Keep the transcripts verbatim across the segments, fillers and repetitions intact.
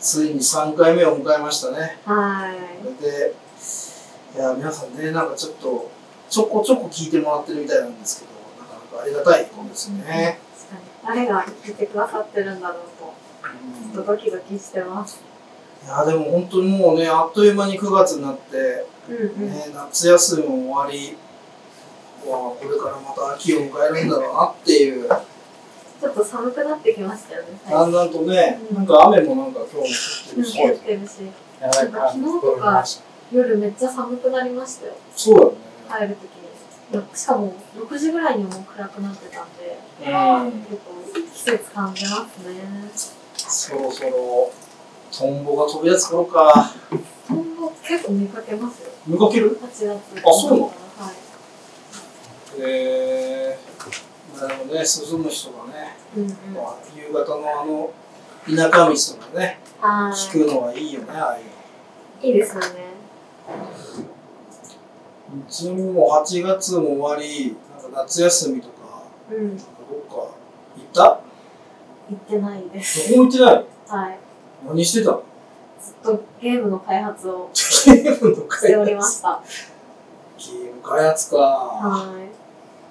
ついにさんかいめを迎えましたね。 はい。 それで、いや、皆さんね、なんかちょっと、ちょこちょこ聞いてもらってるみたいなんですけど、なかなかありがたいことですね。 確かに。誰が聞いてくださってるんだろうと、ちょっとドキドキしてます。 いや、でも本当にもうね、あっという間にくがつになって、 うんうん、 ね、夏休みも終わり、わあ、これからまた秋を迎えるんだろうなっていう。 ちょっと寒くなってきましたよね。 だんだんとね、うん、なんか雨もなんか今日も降ってるし。 降ってるし。なんか昨日とか夜めっちゃ寒くなりましたよ。 そうだよね。 帰るときに。しかもろくじぐらいにもう暗くなってたんで、 うん、 結構季節感じますね。 そろそろトンボが飛び出す頃か。 トンボ結構見かけますよ。 見かける？ はちがつ。 あ、そうなの？ はい。 えー、なるほどね、涼む人がね、 うんうん、 まあ、夕方のあの田舎道とかね、聞くのはいいよね、ああいうの。 いいですよね。 うちもはちがつも終わり、なんか夏休みとか、 うん、 なんかどっか行った？ 行ってないです。 どこも行ってない？ はい。 何してたの？ ずっとゲームの開発をゲームの開発しておりました。 ゲーム開発か。 はい。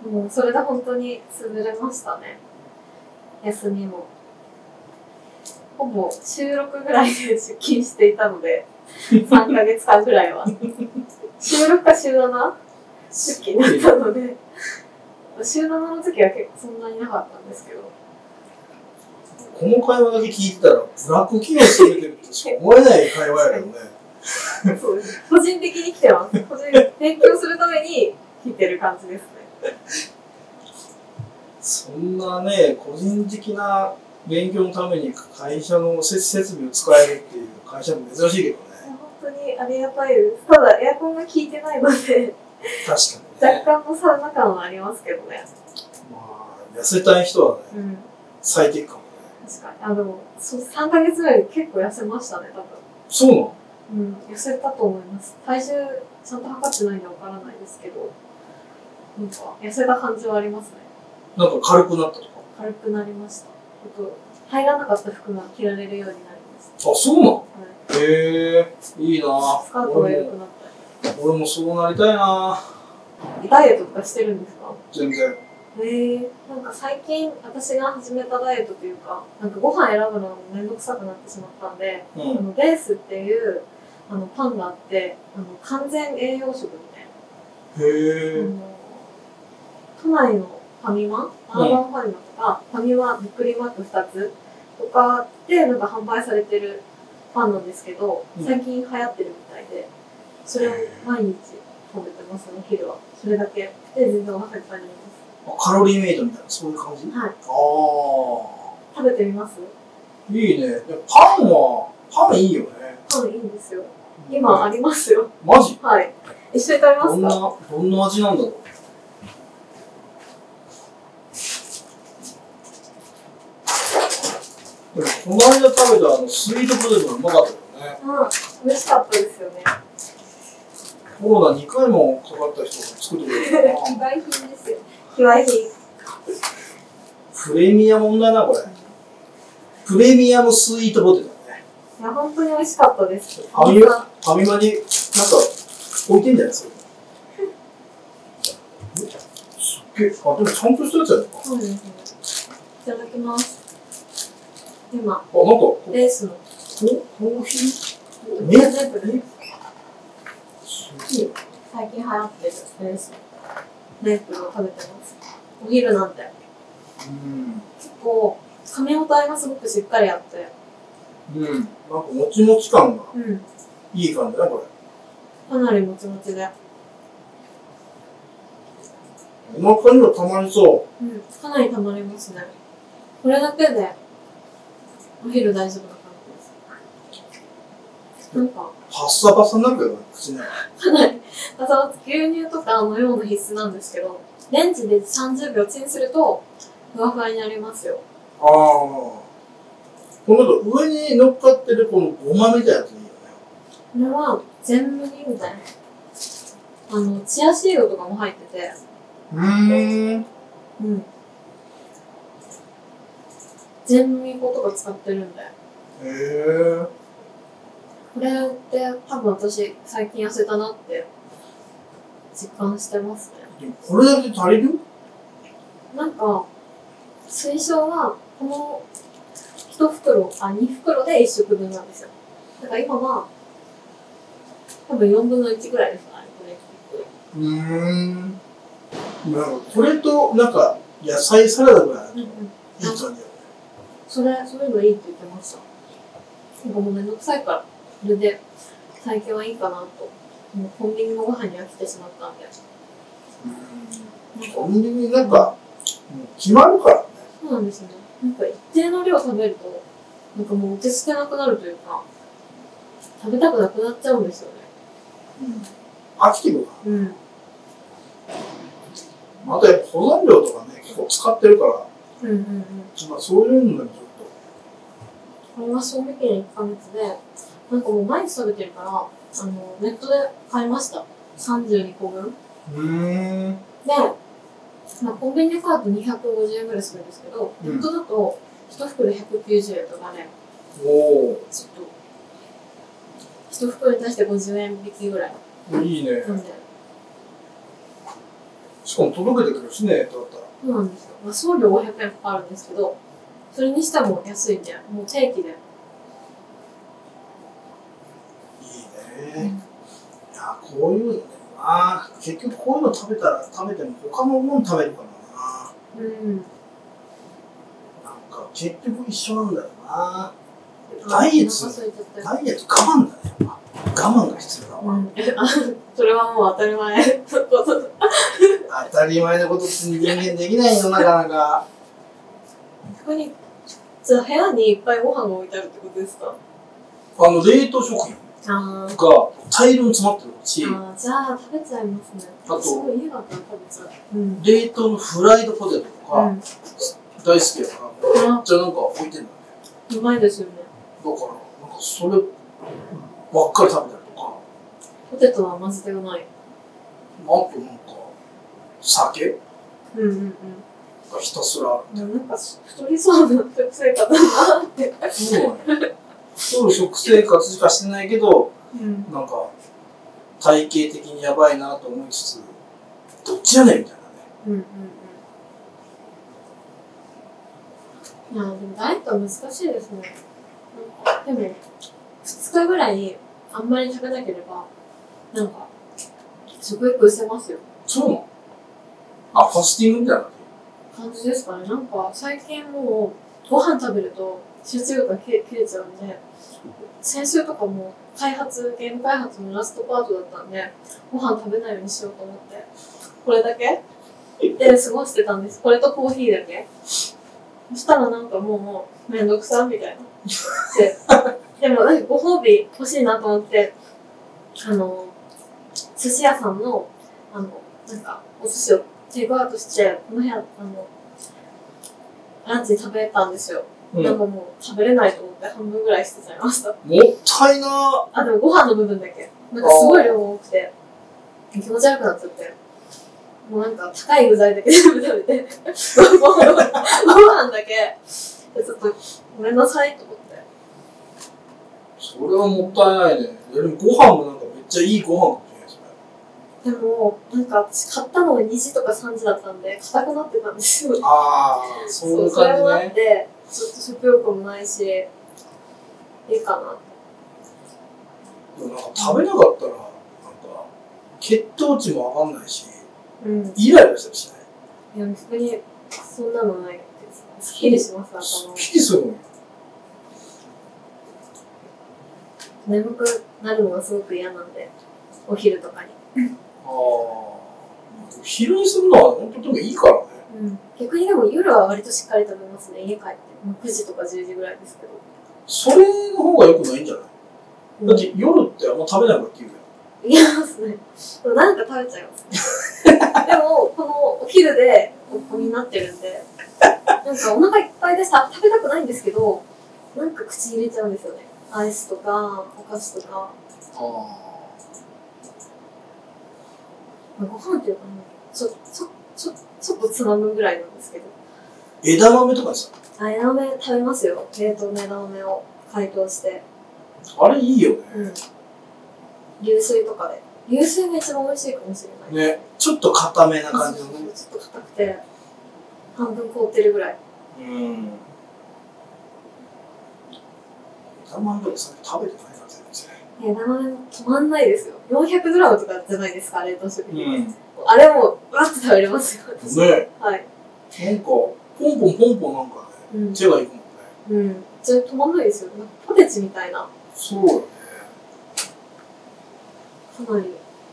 もうそれで本当に潰れましたね。休みも。ほぼ週ろくぐらいで出勤していたので、さんかげつかんぐらいは。週ろくか週なな出勤だったので、週ななの時は結構そんなになかったんですけど。 この会話だけ聞いてたら、ブラック企業してるとしか思えない会話やけどね。 そうです。個人的に来てます。個人勉強するために来てる感じですね。 そんなね、個人的な勉強のために会社の設備を使えるっていう会社も珍しいけどね。 本当にありがたいです。ただエアコンが効いてないので、 確かにね。 若干のサウナ感はありますけどね。 まあ、痩せたい人はね、うん、最適かもね。 確かに。あ、でも、そさんかげつぐらいで結構痩せましたね、多分。 そうなの？ うん、痩せたと思います。体重ちゃんと測ってないんでわからないですけど、なんか痩せた感じはありますね。 なんか軽くなったとか？軽くなりました。あと、入らなかった服が着られるようになりました。 あ、そうなの？はい、へえ、いいなぁ。 スカートが良くなったり。 俺もそうなりたいなぁ。ダイエットとかしてるんですか？ 全然。 へえ、なんか最近私が始めたダイエットというか、なんかご飯選ぶのがめんどくさくなってしまったんで、うん、あのベースっていうあのパンがあって、あの完全栄養食みたいな。 へえ。 都内のファミマ、アーバンファミマとか、うん、ファミマびっくりマークふたつとかでなんか販売されてるパンなんですけど、最近流行ってるみたいで、それを毎日食べてます、お昼は。それだけで全然お腹いっぱいになります。 カロリーメイトみたいな、そういう感じ？ はい。ああ。 食べてみます？ いいね。パンは、パンいいよね。 パンいいんですよ。今ありますよ。 マジ？ はい。一緒に食べますか？ どんな、どんな味なんだろう。でもこの間食べたあのスイートポテトがうまかったよね。 うん、美味しかったですよね。 コロナにかいもかかった人が作ってくれる非売品ですよ。非売品。 プレミアムだな、これ。プレミアムスイートポテトだね。 いや、本当に美味しかったです。 ファミマ、ファミマになんか置いてんじゃないですか。すっげえ、あ、でもちゃんとしたやつやね。 そうですね。いただきます。今、 あ、なんか、 レースの。 コーヒーメープル。 すげえ。 最近流行ってるレースのメープルを食べてます。お昼なんて。 うん。 結構、噛み応えがすごくしっかりあって。 うん。なんかもちもち感が。 うん。 いい感じだね、これ。かなりもちもちで。 お腹にはたまりそう。 うん。かなりたまりますね。これだけで、お昼大丈夫な感じです。なんか。 パッサパサになるけどね、口の中。 かなり。牛乳とか飲み物必須なんですけど、レンジでさんじゅうびょうチンすると、ふわふわになりますよ。 ああ。このなんか上に乗っかってるこのごまみたいなやついいよね。 これは全麦みたいな。あの、チアシードとかも入ってて。 うーん。 うん。全麦粉とか使ってるんで。へえ。 これって多分私最近痩せたなって実感してますね。 でもこれだけ足りる？ なんか推奨はこのいち袋、あ、に袋でいっ食分なんですよ。だから今は多分よんぶんのいちぐらいですかね、これ。 うーん。なんかこれとなんか野菜サラダぐらいだといい感じだよね。 それ、そういうのいいって言ってました。なんかもうめんどくさいから、それで最近はいいかなと。もうコンビニのご飯に飽きてしまったんで。 うん。コンビニなんか、もう決まるからね。 そうなんですよね。なんか一定の量食べると、なんかもう受け付けなくなるというか、食べたくなくなっちゃうんですよね。 うん。飽きてくるかうん。 ら。あとやっぱ保存料とかね、結構使ってるから、 うんうんうん。 まあそういうのにちょっと。 これは賞味期限いっかげつで、なんかもう毎日食べてるから、あの、ネットで買いました。さんじゅうにこぶん。 うーん。 で、まあ、コンビニで買うとにひゃくごじゅうえんぐらいするんですけど、 うんネットだといち袋ひゃくきゅうじゅうえんとかね、 おお。 ちょっと、いち袋に対してごじゅうえん引きぐらいいいね。 なんで。 しかも届けてくるしね、だったら。 そうなんですよ。まあ、送料ごひゃくえんかかるんですけど、それにしても安いんで、もう定期で。 いいね。 うん、 いや、こういうのね、な結局こういうの食べたら食べても他のもの食べるからな。 うん。 なんか結局一緒なんだよな。ダイエット、ダイエット我慢だね。やっぱ我慢が必要だわ。 うん、それはもう当たり前のことだ。 当たり前のことって人間できないよ、なかなか。 逆に、じゃあ部屋にいっぱいご飯が置いてあるってことですか？ あの、冷凍食品あーが大量に詰まってるし、 あー、じゃあ食べちゃいますね。 あとすごい家だったら食べちゃう。うん。 冷凍のフライドポテトとか、 うん、 大好きだから、めっちゃなんか置いてんだよね。 うまいですよね。 だから、なんかそればっかり食べたりとか、 ポテトはマジでうまい。 あとなんか、酒うんうんうん。 がひたすらある。 なんか太りそうな食生活だなって。 そうだね。太る食生活しかしてないけど、 うん。 なんか、体型的にやばいなと思いつつ、どっちやねんみたいなね。 うんうんうん。いや、でもダイエットは難しいですね。でも、ふつかぐらいあんまり食べなければ、なんか、食欲失せますよ。 そうなの？あ、ファスティングみたいな感じですかね。なんか、最近もう、ご飯食べると集中力が切れ切れちゃうんで、先週とかも開発、ゲーム開発のラストパートだったんで、ご飯食べないようにしようと思って、これだけで過ごしてたんです。これとコーヒーだけ。そしたらなんかもう、めんどくさみたいな。で、でもなんかご褒美欲しいなと思って、あの、寿司屋さんの、あの、なんか、お寿司をテイクアウトして、この部屋、あの、ランチ食べたんですよ。 うん、 なんかもう食べれないと思って半分ぐらい捨てちゃいました。 もったいな。 あ、でもご飯の部分だけ。なんかすごい量が多くて、気持ち悪くなっちゃって。もうなんか高い具材だけ全部食べて、ご飯だけ、ちょっとごめんなさいと思って。 それはもったいないね。でもご飯もなんかめっちゃいいご飯かもしれないですね。 でも、なんか私買ったのがにじとかさんじだったんで、硬くなってたんですよ。 ああ、そういうそれ感じもあっね。 て、ちょっと食欲もないし、いいかな。 でもなんか食べなかったら、なんか、血糖値も上がんないし、 うん。 イライラしたりしない。 いや、逆に、そんなのないです。すっきりします、 すっ頭。 きりするのよ。 眠くなるのがすごく嫌なんで、お昼とかに。 ああ、昼にするのは本当でもいいからね。 うん。逆にでも夜は割としっかり食べますね、家帰って。まあくじとかじゅうじぐらいですけど。 それの方が良くないんじゃない？ うん、 だって夜ってあんま食べないからって言うよ。 言いますね。でもなんか食べちゃいますね。でも、このお昼でお米になってるんで、なんかお腹いっぱいでさ、食べたくないんですけど、なんか口入れちゃうんですよね。アイスとか、お菓子とか。 あまあ、ご飯っていうかね、ちょ、ちょ、ちょ、ちょっとつまむぐらいなんですけど。 枝豆とかさ。 あ、枝豆食べますよ。冷凍の枝豆を解凍して。 あれいいよね。 うん。流水とかで。流水が一番美味しいかもしれない。 ね、ちょっと固めな感じのね。 ちょっと硬くて、半分凍ってるぐらい。 うん。枝豆でそれ食べてないな、全然。 枝豆も止まんないですよ。よんひゃくグラムとかじゃないですか、冷凍食品。 うん。 あれも、うわって食べれますよ、私。 ね。 はい。 なんか、ポンポンポンポンなんかね、 うん。 手がいくもんね。 うん。じゃ止まんないですよ。なんかポテチみたいな。 そうよね。 かなり。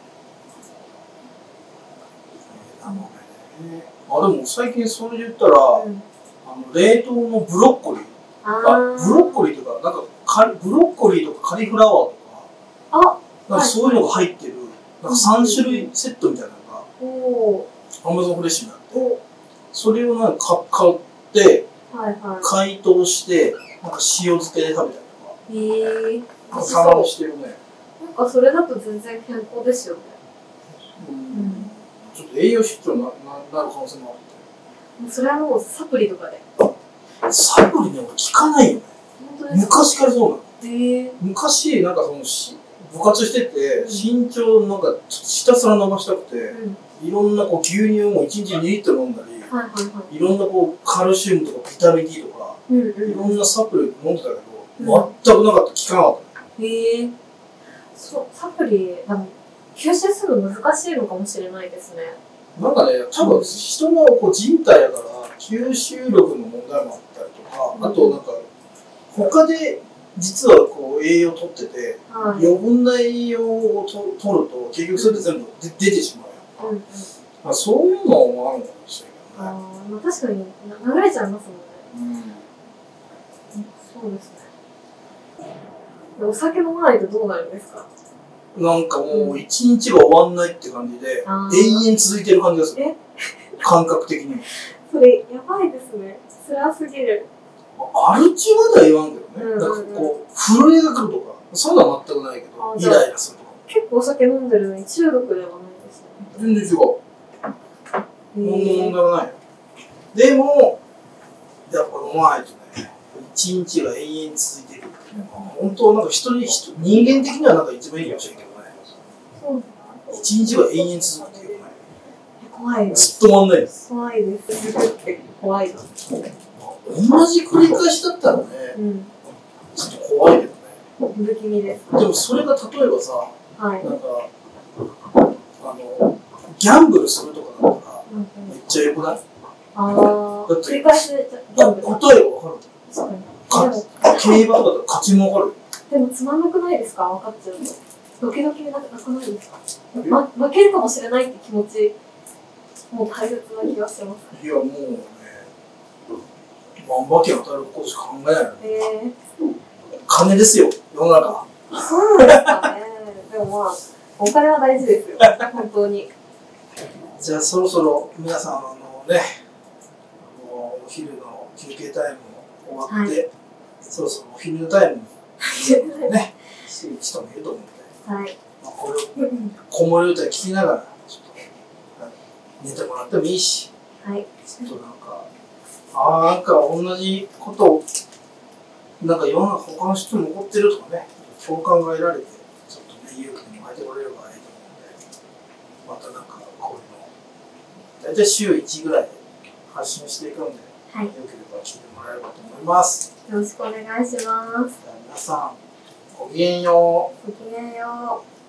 枝豆ね。あ、でも最近それで言ったら、 うん、 あの冷凍のブロッコリー。 ああ、ブロッコリーとか、なんかカリ、ブロッコリーとかカリフラワーとか、 あ、 なんかそういうのが入ってる、なんかさん種類セットみたいなのが、 おアマゾンフレッシュになって、 おそれをなんか買って、 はいはい。 解凍して、なんか塩漬けで食べたりとか、 へえー。 なんかたまにしてるね。 なんかそれだと全然健康ですよね。 うん。 うん。 ちょっと栄養失調になななる可能性もあって。 それはもうサプリとかで。 サプリね、俺効かないよね。 本当ですか？ 昔からそうなの。 へえー。 昔、なんかそのし、部活してて、身長なんかひたすら伸ばしたくて、 うんいろんなこう牛乳もいちにちにリットル飲んだり、 はいはいはい。 いろんなこうカルシウムとかビタミン D とか、 うんうん。 いろんなサプリ飲んでたけど、 うん全くなかった、効かなかった。 へえー。そう、サプリ、でも吸収するの難しいのかもしれないですね。 なんかね、多分人のこう人体だから、吸収力の問題もあったりとか、 うんあとなんか、他で実はこう栄養取ってて、 はい。 余分な栄養をと取ると、結局それで全部で出てしまうよ。 うんうん。 まあ、そういうのもあるのかもしれあないけどね。 あ、まあ確かにな流れちゃいますもんね。 うんそうですね。でお酒飲まないとどうなるんですか？ なんかもう一日が終わんないって感じで、 あー永遠続いてる感じがする。 え感覚的にも。 それやばいですね。辛すぎる。 アルチまでは言わんけどね。 うんうんうんなんかこう、震えが来るとか、そういうのは全くないけど、イあじゃあライラするとか。 結構お酒飲んでるのに中毒ではないですね。 全然違う。 へ何の問ー題もないよ。でも、やっぱ飲まないとね、一日が永遠に続いているっていうのは、本当なんか人に、人人間的にはなんか一番いいかもしれんけどね。 そう一日が永遠に続くっていうかね。 怖いでずす。 っと終わんないです。 怖いです。怖いな。 同じ繰り返しだったらね、 うん。 ちょっと怖いけどね。 不気味です。 でもそれが例えばさ、 はい。 なんか、あの、ギャンブルするとかだったら、 うんうんめっちゃ良くない？ ああ、 だって繰り返しギャンブル。 答えがわかる。 確かに。 かでも、 競馬とかだったら勝ちもわかる。 でもつまんなくないですか？分かっちゃうと。ドキドキなくなくないですか？ま、負けるかもしれないって気持ち、もう大切な気がします。 いや、もうね、万馬券当たることしか考えないの。 えー、 金ですよ、世の中。 そうなんですかね。でもまあ、お金は大事ですよ。本当に。 じゃあそろそろ皆さん、あのね、もうお昼の休憩タイムも終わって、 はい、 そろそろお昼のタイムもね、してる人もいると思うので、 はい。 まあ、これを子守歌聞きながら、ちょっと寝てもらってもいいし、 はい。 ちょっとなんか、ああ、なんか同じことを、なんか世の中他の人も起こってるとかね、共感が得られて、ちょっとね、勇気に巻いてこれればいいと思うんで、またなんかこういうの、大体週いちぐらいで発信していくので、 はい、 よければ聞いてもらえればと思います。 よろしくお願いします。 じゃあ皆さん、ごきげんよう。 ごきげんよう。